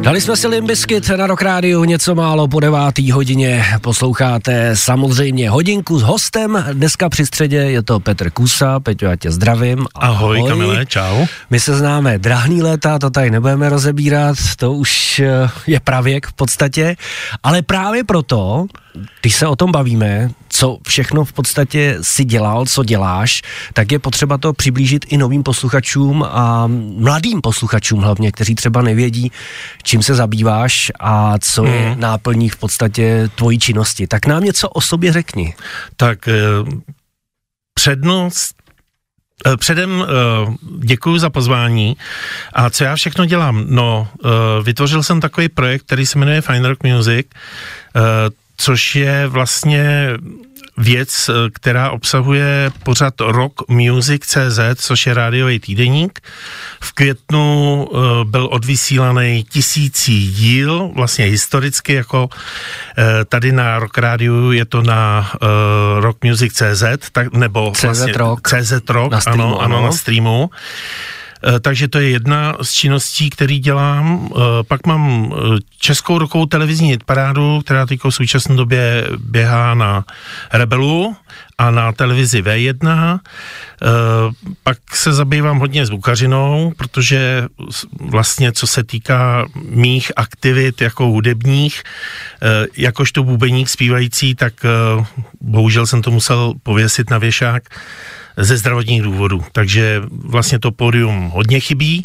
Dali jsme si Limp Bizkit na Rock Rádiu, něco málo po 9. hodině. Posloucháte samozřejmě hodinku s hostem. Dneska při středě je to Petr Kůsa. Peťo, já tě zdravím. Ahoj Kamile, čau. My se známe drahný léta, to tady nebudeme rozebírat, to už je pravěk v podstatě. Ale právě proto, když se o tom bavíme, co všechno v podstatě si dělal, co děláš, tak je potřeba to přiblížit i novým posluchačům a mladým posluchačům hlavně, kteří třeba nevědí, čím se zabýváš a co je náplní v podstatě tvojí činnosti. Tak nám něco o sobě řekni. Tak předem děkuji za pozvání. A co já všechno dělám? No, vytvořil jsem takový projekt, který se jmenuje Fine Rock Music, což je vlastně věc, která obsahuje pořad rockmusic.cz, což je rádiový týdeník. V květnu byl odvysílaný 1000. díl, vlastně historicky, jako tady na Rock Rádiu je to na rockmusic.cz, nebo vlastně CZ Rock, na streamu, ano, na streamu. Takže to je jedna z činností, který dělám. Pak mám českou rokovou televizní hitparádu, která teď v současné době běhá na Rebelu a na televizi V1. Pak se zabývám hodně zvukařinou, protože vlastně co se týká mých aktivit jako hudebních, jakožto bubeník zpívající, tak bohužel jsem to musel pověsit na věšák ze zdravotních důvodů. Takže vlastně to pódium hodně chybí,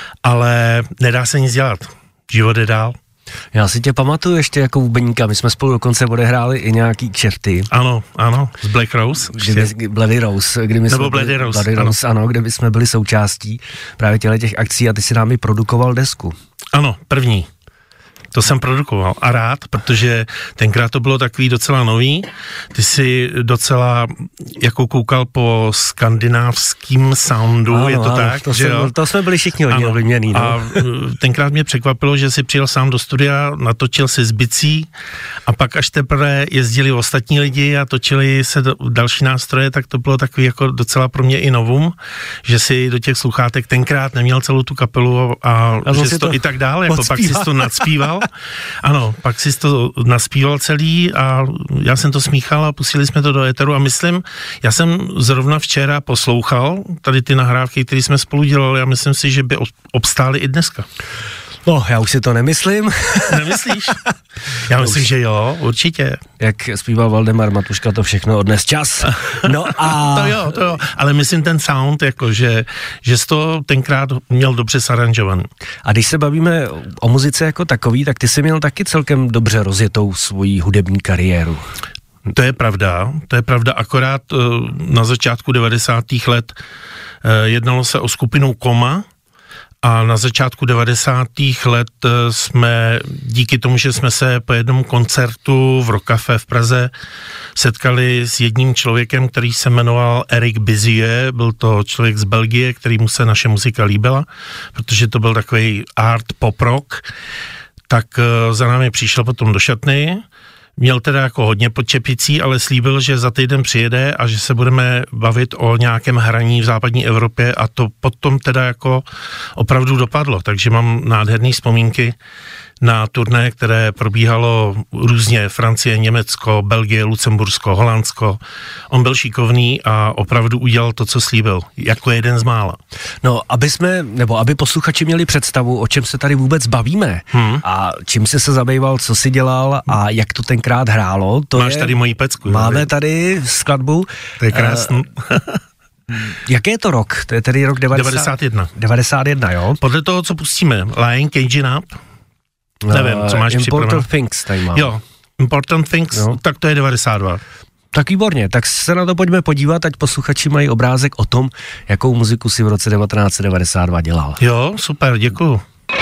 ale nedá se nic dělat. Život je dál. Já si tě pamatuju ještě jako bubeníka, my jsme spolu dokonce odehráli i nějaký kšefty. Ano, z Black Rose. Bloody Rose. Bloody Rose, ano, kde jsme byli součástí právě těch akcí a ty si nám i produkoval desku. Ano, první. To jsem produkoval a rád, protože tenkrát to bylo takový docela nový. Ty si docela jako koukal po skandinávským soundu, ano, je to tak? To jsme byli všichni hodně ovlivněný. No. A tenkrát mě překvapilo, že si přijel sám do studia, natočil si s bicí a pak až teprve jezdili ostatní lidi a točili se další nástroje, tak to bylo takový jako docela pro mě i novum, že si do těch sluchátek tenkrát neměl celou tu kapelu a že jsi to i tak dál, jako pak si to nadspíval. Ano, pak si to naspíval celý a já jsem to smíchal a pustili jsme to do éteru a myslím, já jsem zrovna včera poslouchal tady ty nahrávky, které jsme spolu dělali a myslím si, že by obstály i dneska. No, já už si to nemyslím. Nemyslíš? Já myslím, že jo, určitě. Jak zpíval Valdemar Matuška, to všechno odnes čas. No a... To jo, ale myslím ten sound, jako, že jsi to tenkrát měl dobře zaranžovaný. A když se bavíme o muzice jako takový, tak ty jsi měl taky celkem dobře rozjetou svoji hudební kariéru. To je pravda, akorát na začátku 90. let jednalo se o skupinu Koma, a na začátku 90. let jsme, díky tomu, že jsme se po jednom koncertu v Rock Café v Praze setkali s jedním člověkem, který se jmenoval Eric Bizier, byl to člověk z Belgie, kterýmu se naše muzika líbila, protože to byl takový art pop rock, tak za námi přišel potom do šatny. Měl teda jako hodně pod čepicí, ale slíbil, že za týden přijede a že se budeme bavit o nějakém hraní v západní Evropě a to potom teda jako opravdu dopadlo, takže mám nádherné vzpomínky na turné, které probíhalo různě Francie, Německo, Belgie, Lucembursko, Holandsko. On byl šikovný a opravdu udělal to, co slíbil, jako jeden z mála. No, aby posluchači měli představu, o čem se tady vůbec bavíme a čím jsi se zabýval, co jsi dělal a jak to tenkrát hrálo. Máš tady moji pecku. Máme tady skladbu. To je krásný. Jaký je to rok? To je tedy rok 91. 91, jo? Podle toho, co pustíme, Lion Caging Up, nevím, co máš připravené. Important Things tady mám. Jo, Important Things, jo. Tak to je 92. Tak výborně, tak se na to pojďme podívat, ať posluchači mají obrázek o tom, jakou muziku si v roce 1992 dělal. Jo, super, děkuju.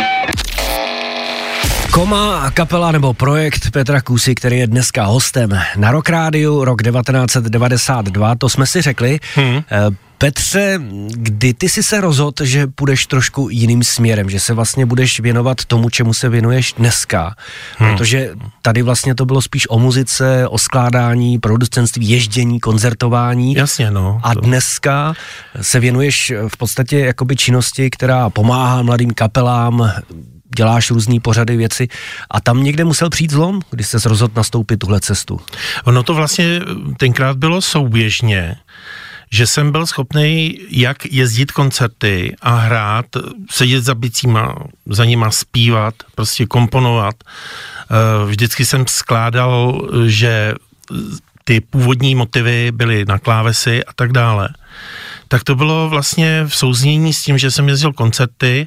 Koma, kapela nebo projekt Petra Kůsy, který je dneska hostem na Rock Rádiu, rok 1992, to jsme si řekli. Petře, kdy ty jsi se rozhodl, že půjdeš trošku jiným směrem, že se vlastně budeš věnovat tomu, čemu se věnuješ dneska, protože tady vlastně to bylo spíš o muzice, o skládání, producentství, ježdění, koncertování. Jasně, no. A dneska se věnuješ v podstatě jakoby činnosti, která pomáhá mladým kapelám děláš různý pořady, věci a tam někde musel přijít zlom, když jsi rozhodl nastoupit tuhle cestu. Ono to vlastně tenkrát bylo souběžně, že jsem byl schopný jak jezdit koncerty a hrát, sedět za bicíma, za nima zpívat, prostě komponovat. Vždycky jsem skládal, že ty původní motivy byly na klávesi a tak dále. Tak to bylo vlastně v souznění s tím, že jsem jezdil koncerty,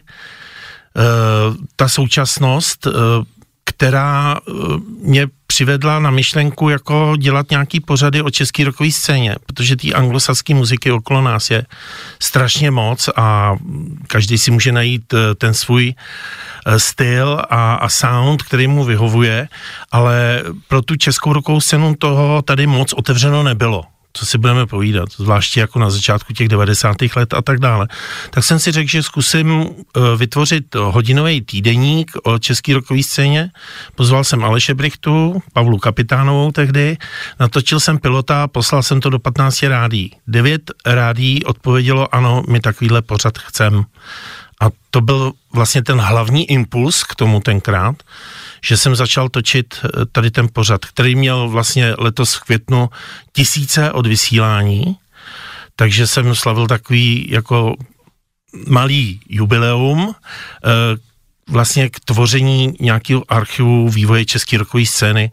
ta současnost, která mě přivedla na myšlenku jako dělat nějaký pořady o české rockové scéně, protože té anglosaské muziky okolo nás je strašně moc a každý si může najít ten svůj styl a sound, který mu vyhovuje, ale pro tu českou rockovou scénu toho tady moc otevřeno nebylo. Co si budeme povídat, zvláště jako na začátku těch 90. let a tak dále. Tak jsem si řekl, že zkusím vytvořit hodinový týdeník o české rockové scéně. Pozval jsem Aleše Brichtu, Pavlu Kapitánovou tehdy, natočil jsem pilota, poslal jsem to do 15 rádií. 9 rádií odpovědělo, ano, my takovýhle pořad chcem. A to byl vlastně ten hlavní impuls k tomu tenkrát, že jsem začal točit tady ten pořad, který měl vlastně letos v květnu 1000 odvysílání, takže jsem slavil takový jako malý jubileum vlastně k tvoření nějakého archivu vývoje české rockové scény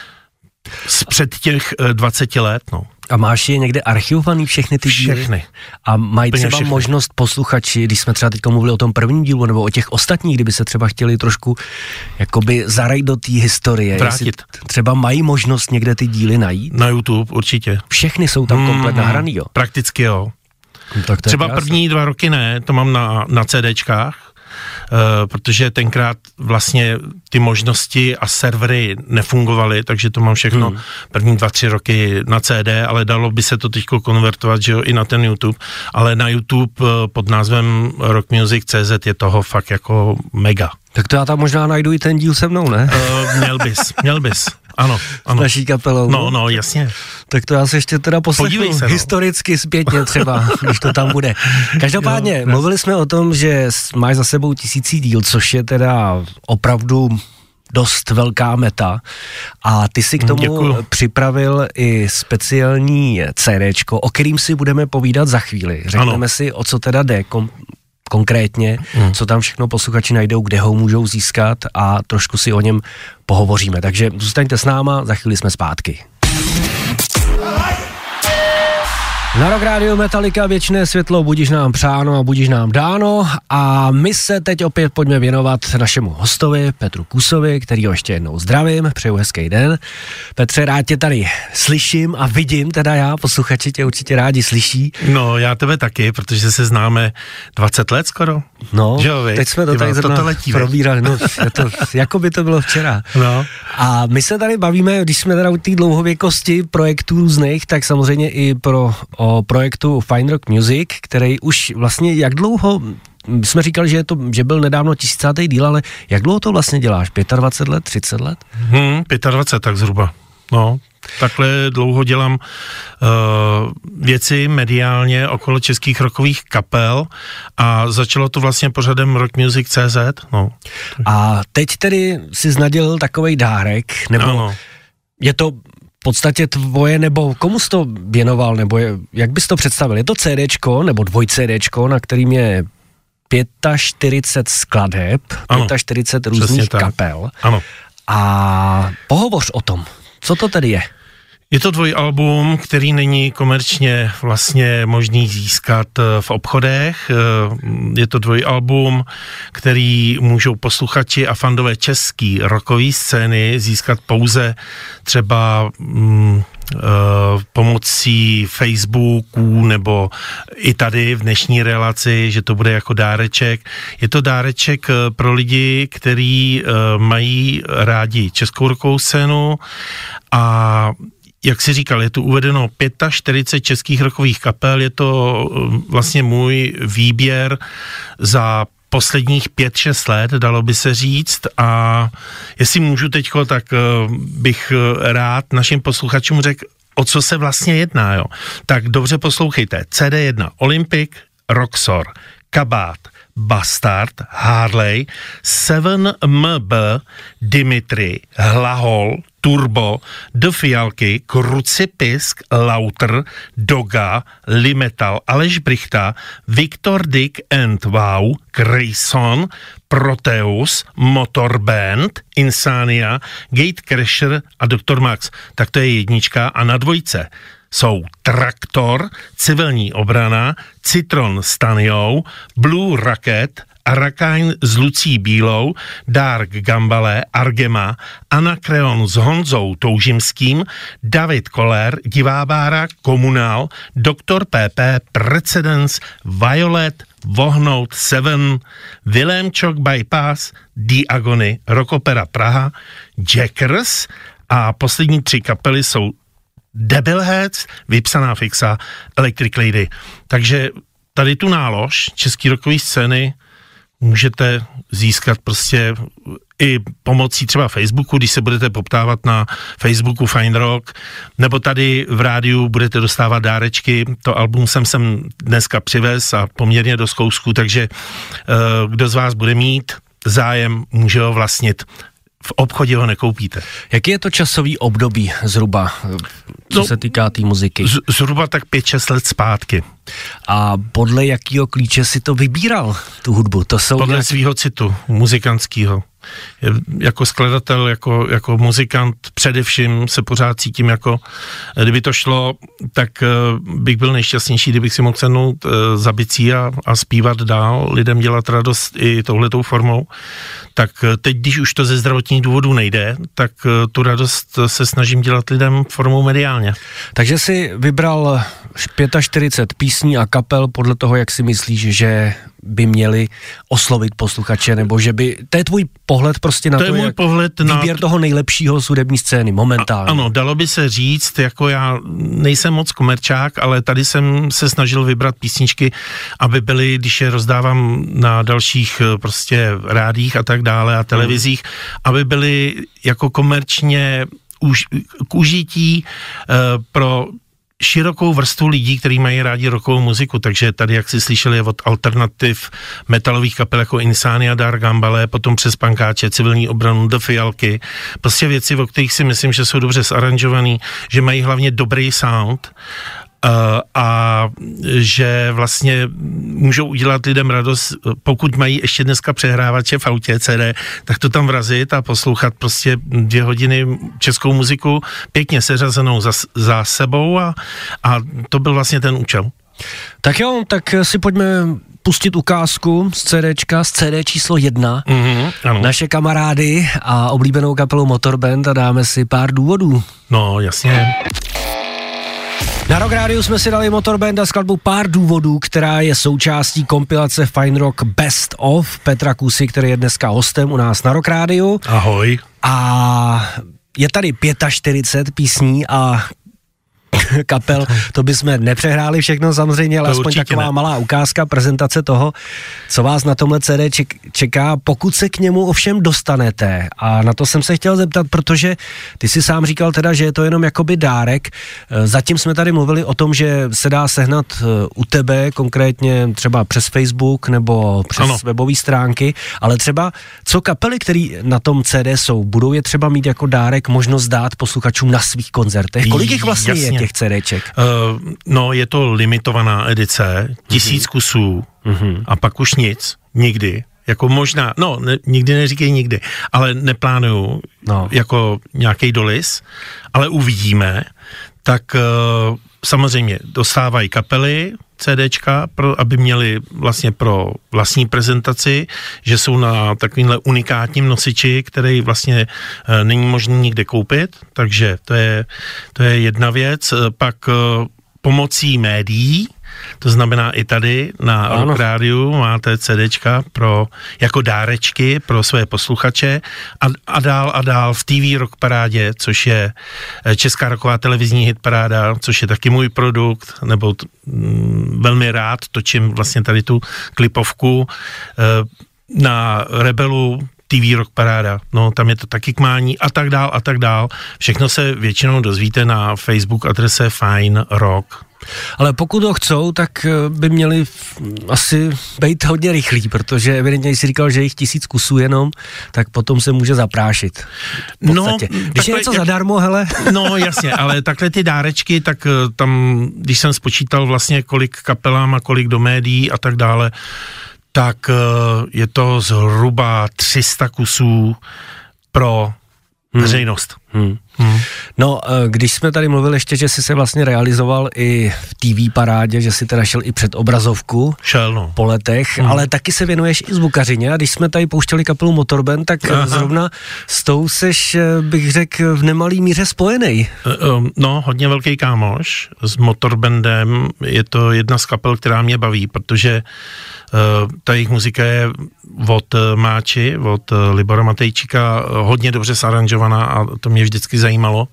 před těch 20 let, no. A máš je někde archivovaný všechny ty díly? Všechny. A mají Úplně třeba všechny. možnost posluchači, když jsme třeba teď mluvili o tom prvním dílu, nebo o těch ostatních, kdyby se třeba chtěli trošku jakoby zarejt do té historie. Vrátit. Třeba mají možnost někde ty díly najít? Na YouTube určitě. Všechny jsou tam komplet nahraný, jo? Prakticky jo. No, tak to je Třeba krásné. první 2 roky ne, to mám na CDčkách, protože tenkrát vlastně ty možnosti a servery nefungovaly, takže to mám všechno první 2-3 roky na CD, ale dalo by se to teďko konvertovat, že jo, i na ten YouTube, ale na YouTube pod názvem rockmusic.cz je toho fakt jako mega. Tak to já tam možná najdu i ten díl se mnou, ne? Měl bys. Ano. S naší kapelou. No, jasně. Tak to já se ještě teda poslechnu historicky zpětně třeba, když to tam bude. Každopádně, mluvili jsme o tom, že máš za sebou 1000 díl, což je teda opravdu dost velká meta a ty si k tomu připravil i speciální CDčko, o kterým si budeme povídat za chvíli. Řekneme si, o co teda jde konkrétně, co tam všechno posluchači najdou, kde ho můžou získat a trošku si o něm pohovoříme. Takže zůstaňte s náma, za chvíli jsme zpátky. Na Rock Rádiu Metallica, věčné světlo, budiž nám přáno a budiž nám dáno a my se teď opět pojďme věnovat našemu hostovi Petru Kusovi, kterýho ještě jednou zdravím, přeju hezký den. Petře, rád tě tady slyším a vidím, teda já, posluchači tě určitě rádi slyší. No, já tebe taky, protože se známe 20 let skoro. No, teď jsme to tady zrovna probírali, no, jako by to bylo včera. No. A my se tady bavíme, když jsme teda u té dlouhověkosti projektů různých, tak samozřejmě i o projektu Fine Rock Music, který už vlastně jak dlouho, jsme říkali, že byl nedávno 1000. díl, ale jak dlouho to vlastně děláš? 25 let, 30 let? 25 tak zhruba, no. Takhle dlouho dělám věci mediálně okolo českých rockových kapel a začalo to vlastně pořadem rockmusic.cz, no. A teď tedy si znaděl takovej dárek, nebo ano. Je to v podstatě tvoje, nebo komu jsi to věnoval, nebo jak bys to představil? Je to CDčko, nebo 2 CDčko, na kterým je 45 skladeb, ano, 45 různých kapel. Ano. A pohovoř o tom, co to tedy je? Je to dvojalbum, který není komerčně vlastně možný získat v obchodech. Je to dvojalbum, který můžou posluchači a fandové český rockové scény získat pouze třeba pomocí Facebooku nebo i tady v dnešní relaci, že to bude jako dáreček. Je to dáreček pro lidi, kteří mají rádi českou rockovou scénu a jak jsi říkal, je tu uvedeno 45 českých rockových kapel, je to vlastně můj výběr za posledních 5-6 let, dalo by se říct, a jestli můžu teďko, tak bych rád našim posluchačům řekl, o co se vlastně jedná, jo. Tak dobře poslouchejte. CD1 Olympic, Roxor, Kabát, Bastard, Harley, 7MB, Dimitri, Hlahol, Turbo, The Fialky, Krucipisk, Lauter, Doga, Limetal, Aleš Brichta, Viktor Dick and Wow, Grayson, Proteus, Motorband, Insania, Gatecrasher a Dr. Max. Tak to je jednička a na dvojce jsou Traktor, Civilní obrana, Citron s Tanyou, Blue Rocket, Arakine s Lucí Bílou, Dark Gambale, Argema, Anakreon s Honzou Toužimským, David Koller, Divá bára, Komunál, Dr. PP, Precedence, Violet, Vohnout 7, Vilémčok Bypass, Diagony, Rockopera Praha, Jackers a poslední 3 kapely jsou Debilheads, Vypsaná fixa, Electric Lady. Takže tady tu nálož český rockové scény můžete získat prostě i pomocí třeba Facebooku, když se budete poptávat na Facebooku Fine Rock, nebo tady v rádiu budete dostávat dárečky. To album jsem sem dneska přivez a poměrně dost kousků, takže kdo z vás bude mít zájem, může ho vlastnit. V obchodě ho nekoupíte. Jaký je to časový období zhruba, co se týká té muziky? Zhruba tak 5-6 let zpátky. A podle jakého klíče si to vybíral, tu hudbu? To jsou podle svýho citu, muzikantskýho. Jako skladatel, jako muzikant především se pořád cítím jako, kdyby to šlo, tak bych byl nejšťastnější, kdybych si mohl sednout za bicí a zpívat dál, lidem dělat radost i touhletou formou. Tak teď, když už to ze zdravotních důvodů nejde, tak tu radost se snažím dělat lidem formou mediálně. Takže si vybral 45 písní a kapel podle toho, jak si myslíš, že by měli oslovit posluchače, nebo že by... To je tvůj pohled prostě na to, je jak pohled výběr toho nejlepšího z hudební scény momentálně. Ano, dalo by se říct, jako já nejsem moc komerčák, ale tady jsem se snažil vybrat písničky, aby byly, když je rozdávám na dalších prostě rádích a tak dále a televizích, aby byly jako komerčně k užití pro širokou vrstvu lidí, kteří mají rádi rockovou muziku, takže tady, jak si slyšeli, od alternativ metalových kapel jako Insania, Dark Gambale, potom přes pankáče, Civilní obranu, The Fialky, prostě věci, o kterých si myslím, že jsou dobře zaranžovaný, že mají hlavně dobrý sound a že vlastně můžou udělat lidem radost, pokud mají ještě dneska přehrávače v autě CD, tak to tam vrazit a poslouchat prostě 2 hodiny českou muziku pěkně seřazenou za sebou a to byl vlastně ten účel. Tak jo, tak si pojďme pustit ukázku z CDčka, z CD číslo 1, ano. Naše kamarády a oblíbenou kapelu Motorband a dáme si Pár důvodů. No, jasně. Na Rock Rádiu jsme si dali Motorband a skladbu Pár důvodů, která je součástí kompilace Fine Rock Best of Petra Kusy, který je dneska hostem u nás na Rock Rádiu. Ahoj. A je tady 45 písní a kapel, to bychom nepřehráli všechno samozřejmě, ale aspoň taková ne. Malá ukázka, prezentace toho, co vás na tomhle CD čeká, pokud se k němu ovšem dostanete. A na to jsem se chtěl zeptat, protože ty si sám říkal teda, že je to jenom jakoby dárek. Zatím jsme tady mluvili o tom, že se dá sehnat u tebe, konkrétně třeba přes Facebook nebo přes webové stránky, ale třeba co kapely, které na tom CD jsou, budou je třeba mít jako dárek možnost dát posluchačům na svých koncertech? Kolik jich vlastně je těch CDček? No, je to limitovaná edice, 1000 kusů a pak už nic, nikdy. Jako možná, nikdy neříkej nikdy, ale neplánuju jako nějaký dolis, ale uvidíme. Tak samozřejmě dostávají kapely, CDčka, aby měli vlastně pro vlastní prezentaci, že jsou na takovýmhle unikátním nosiči, který vlastně není možný nikde koupit, takže to je jedna věc. Pak pomocí médií, to znamená i tady na Rock Rádiu máte CDčka jako dárečky pro své posluchače a dál v TV Rock Parádě, což je česká rocková televizní hitparáda, což je taky můj produkt, nebo velmi rád točím vlastně tady tu klipovku na Rebelu TV Rock Paráda, no tam je to taky k mání a tak dál. Všechno se většinou dozvíte na Facebook adrese Fine Rock. Ale pokud ho chcou, tak by měli asi být hodně rychlí, protože evidentně jsi říkal, že jich 1000 kusů jenom, tak potom se může zaprášit. No, když je něco zadarmo, hele. No jasně, ale takhle ty dárečky, tak tam, když jsem spočítal vlastně kolik kapelám a kolik do médií a tak dále, tak je to zhruba 300 kusů pro veřejnost. No, když jsme tady mluvili ještě, že jsi se vlastně realizoval i v TV parádě, že jsi teda šel i před obrazovku po letech, ale taky se věnuješ i zvukařině a když jsme tady pouštěli kapelu Motorband, tak zrovna s tou seš, bych řekl, v nemalý míře spojenej. No, hodně velký kámoš s Motorbandem, je to jedna z kapel, která mě baví, protože ta jejich muzika je od Máči, od Libora Matejčíka hodně dobře zaranžovaná a to mě vždycky zajímalo.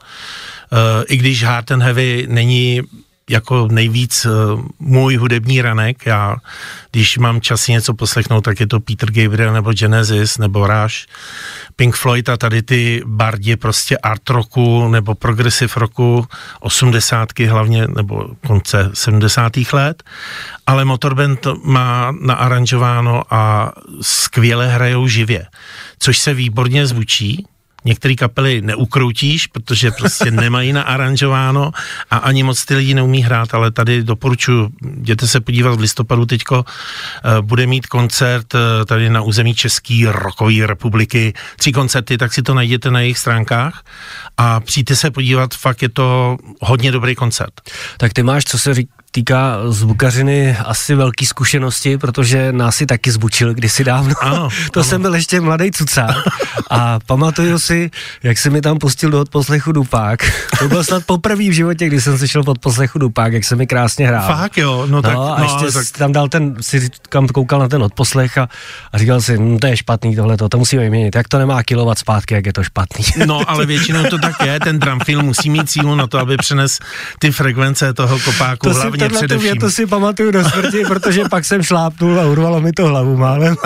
I když hard and heavy není jako nejvíc můj hudební ranek, já když mám čas něco poslechnout, tak je to Peter Gabriel nebo Genesis nebo Rush, Pink Floyd a tady ty bardi prostě art rocku nebo progressive rocku 80. hlavně nebo konce 70. let, ale Motorband má naaranžováno a skvěle hrajou živě, což se výborně zvučí. Některé kapely neukroutíš, protože prostě nemají naaranžováno a ani moc ty lidi neumí hrát, ale tady doporučuji, jděte se podívat v listopadu teďko, bude mít koncert tady na území České rockové republiky, 3 koncerty, tak si to najděte na jejich stránkách a přijďte se podívat, fakt je to hodně dobrý koncert. Tak ty máš, co se týká zvukařiny, asi velký zkušenosti, protože nás si taky zvučil kdysi dávno. Ano. Jsem byl ještě mladý cucák a pamatuju si, jak se mi tam pustil do odposlechu Dupák. To byl snad poprvý v životě, kdy jsem slyšel od poslechu Dupák, jak se mi krásně hrál. Fakt jo, no tak. A ještě tak tam dal si koukal na ten odposlech a říkal si, to je špatný tohleto, to musíme vyměnit. Jak to nemá kilovat zpátky, jak je to špatný. No, ale většinou to tak je, ten drumfill musí mít sílu na to, aby přenes ty frekvence toho kopáku hlavně především. To si pamatuju do smrti, protože pak jsem šlápnul a urvalo mi to hlavu málem.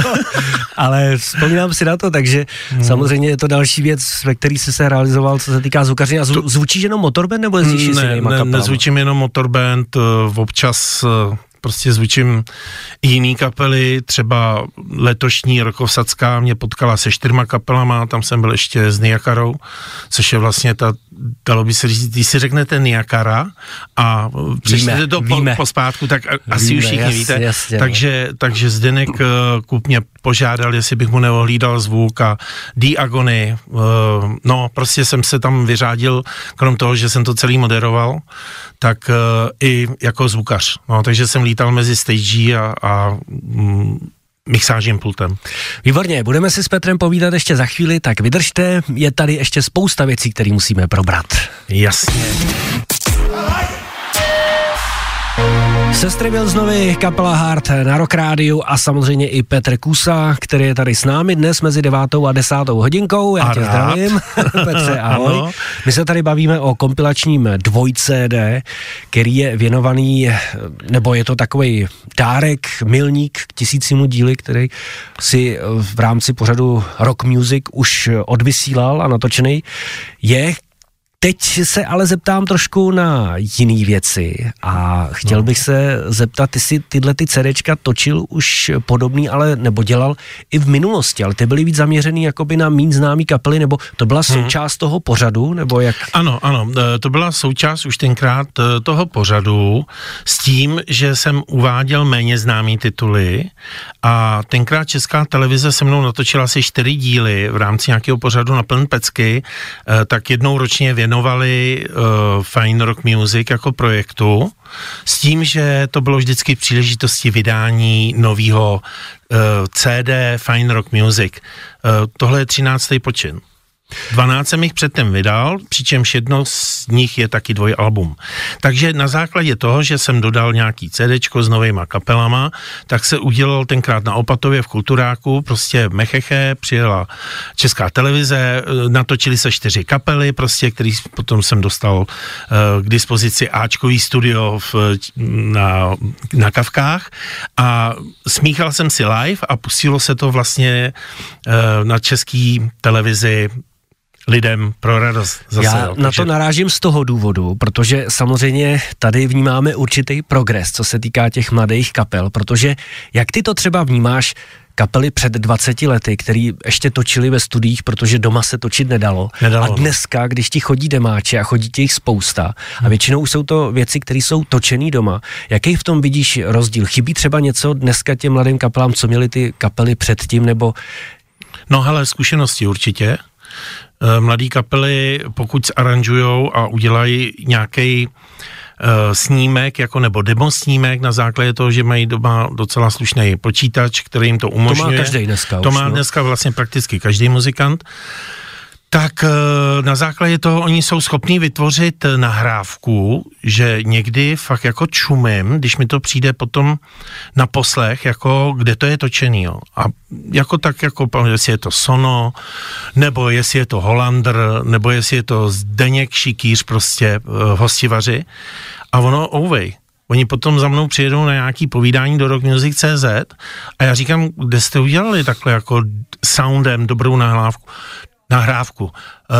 Ale vzpomínám si na to, takže samozřejmě je to další věc, ve který jsi se realizoval, co se týká zvukařiny. A zvučíš jenom Motorband nebo jezdíš s jinýma kapelama? Nezvučím jenom Motorband, občas prostě zvučím i jiný kapely, třeba letošní Rokovsacká mě potkala se 4 kapelama, tam jsem byl ještě s Niakarou, což je vlastně ta, dalo by se říct, když si řeknete Niakara a přečtete to pospátku, tak asi už všichni víte. Jasně. Takže Zdeněk Kup mě požádal, jestli bych mu neohlídal zvuk a Diagony, no prostě jsem se tam vyřádil, krom toho, že jsem to celý moderoval, tak i jako zvukař. No, takže jsem lítal mezi stage a mixážním pultem. Výborně, budeme si s Petrem povídat ještě za chvíli, tak vydržte, je tady ještě spousta věcí, které musíme probrat. Jasně. Sestry Wilsonovy, kapela Hard na Rock Rádiu a samozřejmě i Petr Kůsa, který je tady s námi dnes mezi 9. a 10. hodinkou. Já tě zdravím. Petře, ahoj. Ano. My se tady bavíme o kompilačním 2 CD, který je věnovaný, nebo je to takovej dárek, milník k 1000. díli, který si v rámci pořadu Rock Music už odvysílal a natočený je. Teď se ale zeptám trošku na jiný věci a chtěl bych se zeptat, ty si tyhle ty CDčka točil už podobný, ale nebo dělal i v minulosti, ale ty byly víc zaměřený jakoby na méně známý kapely, nebo to byla součást toho pořadu, nebo jak? Ano, to byla součást už tenkrát toho pořadu s tím, že jsem uváděl méně známý tituly a tenkrát Česká televize se mnou natočila asi 4 díly v rámci nějakého pořadu na pln pecky, tak jednou ročně věnovali Fine Rock Music jako projektu s tím, že to bylo vždycky v příležitosti vydání nového CD Fine Rock Music. Tohle je 13. počin. 12 jsem jich předtím vydal, přičemž jedno z nich je taky dvojalbum. Takže na základě toho, že jsem dodal nějaký CDčko s novejma kapelama, tak se udělal tenkrát na Opatově v Kulturáku, prostě mecheche, přijela Česká televize, natočili se 4 kapely, prostě, který potom jsem dostal k dispozici Ačkový studio na Kavkách a smíchal jsem si live a pustilo se to vlastně na Český televizi lidem pro radost. Zase, já na to narážím z toho důvodu, protože samozřejmě tady vnímáme určitý progres, co se týká těch mladých kapel, protože jak ty to třeba vnímáš, kapely před 20 lety, který ještě točili ve studiích, protože doma se točit nedalo. A dneska, když ti chodí demáče a chodí ti jich spousta a většinou jsou to věci, které jsou točený doma. Jaký v tom vidíš rozdíl? Chybí třeba něco dneska těm mladým kapelám, co měly ty kapely předtím, nebo... No hele, zkušenosti určitě. Mladý kapely, pokud zaranžujou a udělají nějaký snímek, jako nebo demo snímek na základě toho, že mají doma docela slušný počítač, který jim to umožňuje. To má každý dneska. To má dneska vlastně prakticky každý muzikant. Tak na základě toho oni jsou schopní vytvořit nahrávku, že někdy fakt jako čumím, když mi to přijde potom na poslech, jako kde to je točený, jo. A jako tak, jako jestli je to Sono, nebo jestli je to Hollander, nebo jestli je to Zdeněk Šikýř, prostě hostivaři. A ono ouvej. Oni potom za mnou přijedou na nějaký povídání do rockmusic.cz a já říkám, kde jste udělali takhle jako soundem dobrou nahrávku.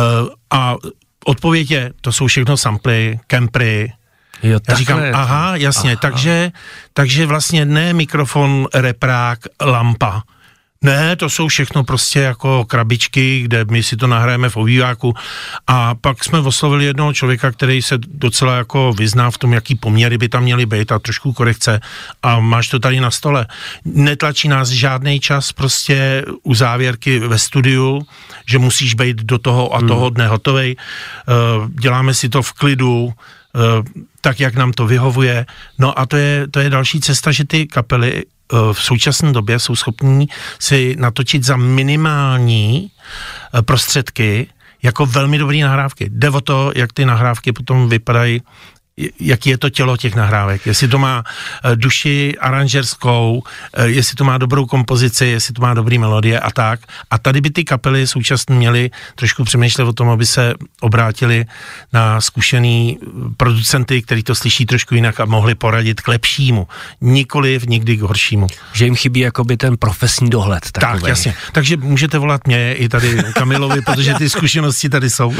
A odpověď je, to jsou všechno samply, kempry. Jo, já říkám, aha, jasně, takže vlastně ne mikrofon, reprák, lampa. Ne, to jsou všechno prostě jako krabičky, kde my si to nahrajeme v obýváku a pak jsme oslovili jednoho člověka, který se docela jako vyzná v tom, jaký poměry by tam měly být a trošku korekce a máš to tady na stole. Netlačí nás žádný čas prostě u závěrky ve studiu, že musíš být do toho a toho dne hotovej. Děláme si to v klidu, tak, jak nám to vyhovuje. No a to je další cesta, že ty kapely v současné době jsou schopní si natočit za minimální prostředky jako velmi dobrý nahrávky. Jde o to, jak ty nahrávky potom vypadají, jaký je to tělo těch nahrávek, jestli to má duši aranžerskou, jestli to má dobrou kompozici, jestli to má dobrý melodie a tak. A tady by ty kapely současně měly trošku přemýšlet o tom, aby se obrátili na zkušený producenty, který to slyší trošku jinak a mohli poradit k lepšímu, nikoliv nikdy k horšímu. Že jim chybí jakoby ten profesní dohled. Takovej. Tak, jasně. Takže můžete volat mě i tady Kamilovi, protože ty zkušenosti tady jsou.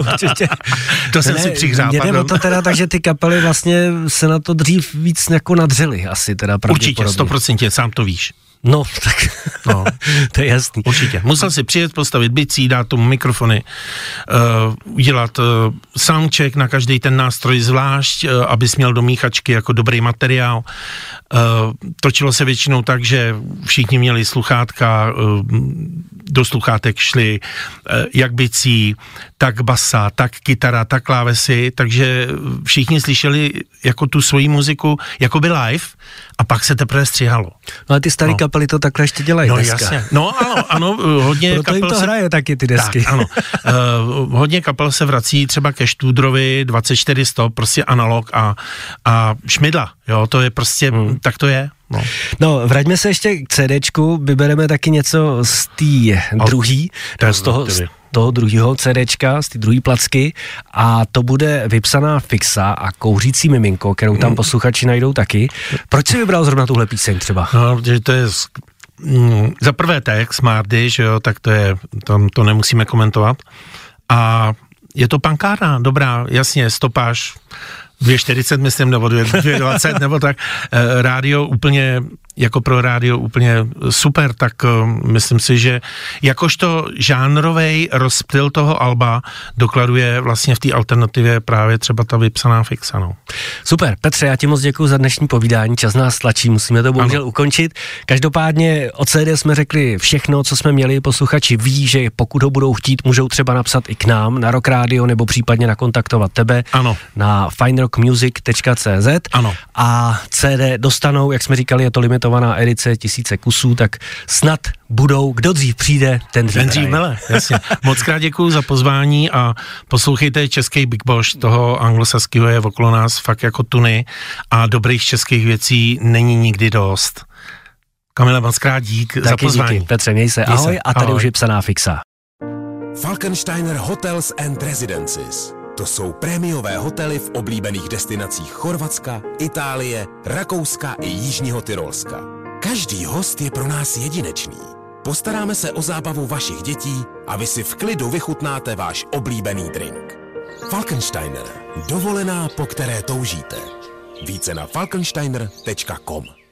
To jsem si přihřál. Jde o to teda, takže ty kapely vlastně se na to dřív víc jako nadřely asi teda pravděpodobně. Určitě, 100%, sám to víš. No, tak to je jasný. Určitě. Musel si přijet, postavit bicí, dát tomu mikrofony, udělat soundcheck na každý ten nástroj zvlášť, abys měl do míchačky jako dobrý materiál. Točilo se většinou tak, že všichni měli sluchátka, do sluchátek šli jak bicí, tak basa, tak kytara, tak klávesy, takže všichni slyšeli jako tu svoji muziku jako by live a pak se teprve stříhalo. No ale ty starý kapely to takhle ještě dělají dneska. Jasně. No ano, hodně proto kapel jim to hraje taky ty desky. Tak, ano. Hodně kapel se vrací třeba ke Štúdrovi 2400, prostě analog a šmidla, jo, to je prostě, tak to je. No, vraťme se ještě k CDčku, vybereme taky něco z té druhý, z toho druhého CDčka, z té druhé placky a to bude Vypsaná fixa a Kouřící miminko, kterou tam posluchači najdou taky. Proč jsi vybral zrovna tuhle píseň třeba? No, protože to je za prvé text Smarty, že jo, tak to nemusíme komentovat a je to pankárna, dobrá, jasně, stopáž 2.40, myslím, nebo 2.20, nebo tak. Rádio úplně, jako pro rádio úplně super, tak myslím si, že jakožto žánrovej rozptyl toho alba dokladuje vlastně v té alternativě právě třeba ta Vypsaná fixa, no. Super, Petře, já ti moc děkuji za dnešní povídání, čas nás tlačí, musíme to bohužel ukončit. Každopádně o CD jsme řekli všechno, co jsme měli, posluchači ví, že pokud ho budou chtít, můžou třeba napsat i k nám na Rock Radio, nebo případně nakontaktovat tebe na finerockmusic.cz a CD dostanou, jak jsme říkali, je to limited limitovaná edice, 1000 kusů, tak snad budou, kdo dřív přijde, ten dřív mele, jasně. Moc krát děkuju za pozvání a poslouchejte český Big Boss, toho anglosaského je okolo nás fakt jako tuny a dobrých českých věcí není nikdy dost. Kamile, moc krát dík za pozvání. Díky. Petře, měj se. Ahoj. A tady už je psaná fixa. Falkensteiner Hotels and Residences. To jsou prémiové hotely v oblíbených destinacích Chorvatska, Itálie, Rakouska i Jižního Tyrolska. Každý host je pro nás jedinečný. Postaráme se o zábavu vašich dětí a vy si v klidu vychutnáte váš oblíbený drink. Falkensteiner. Dovolená, po které toužíte. Více na falkensteiner.com.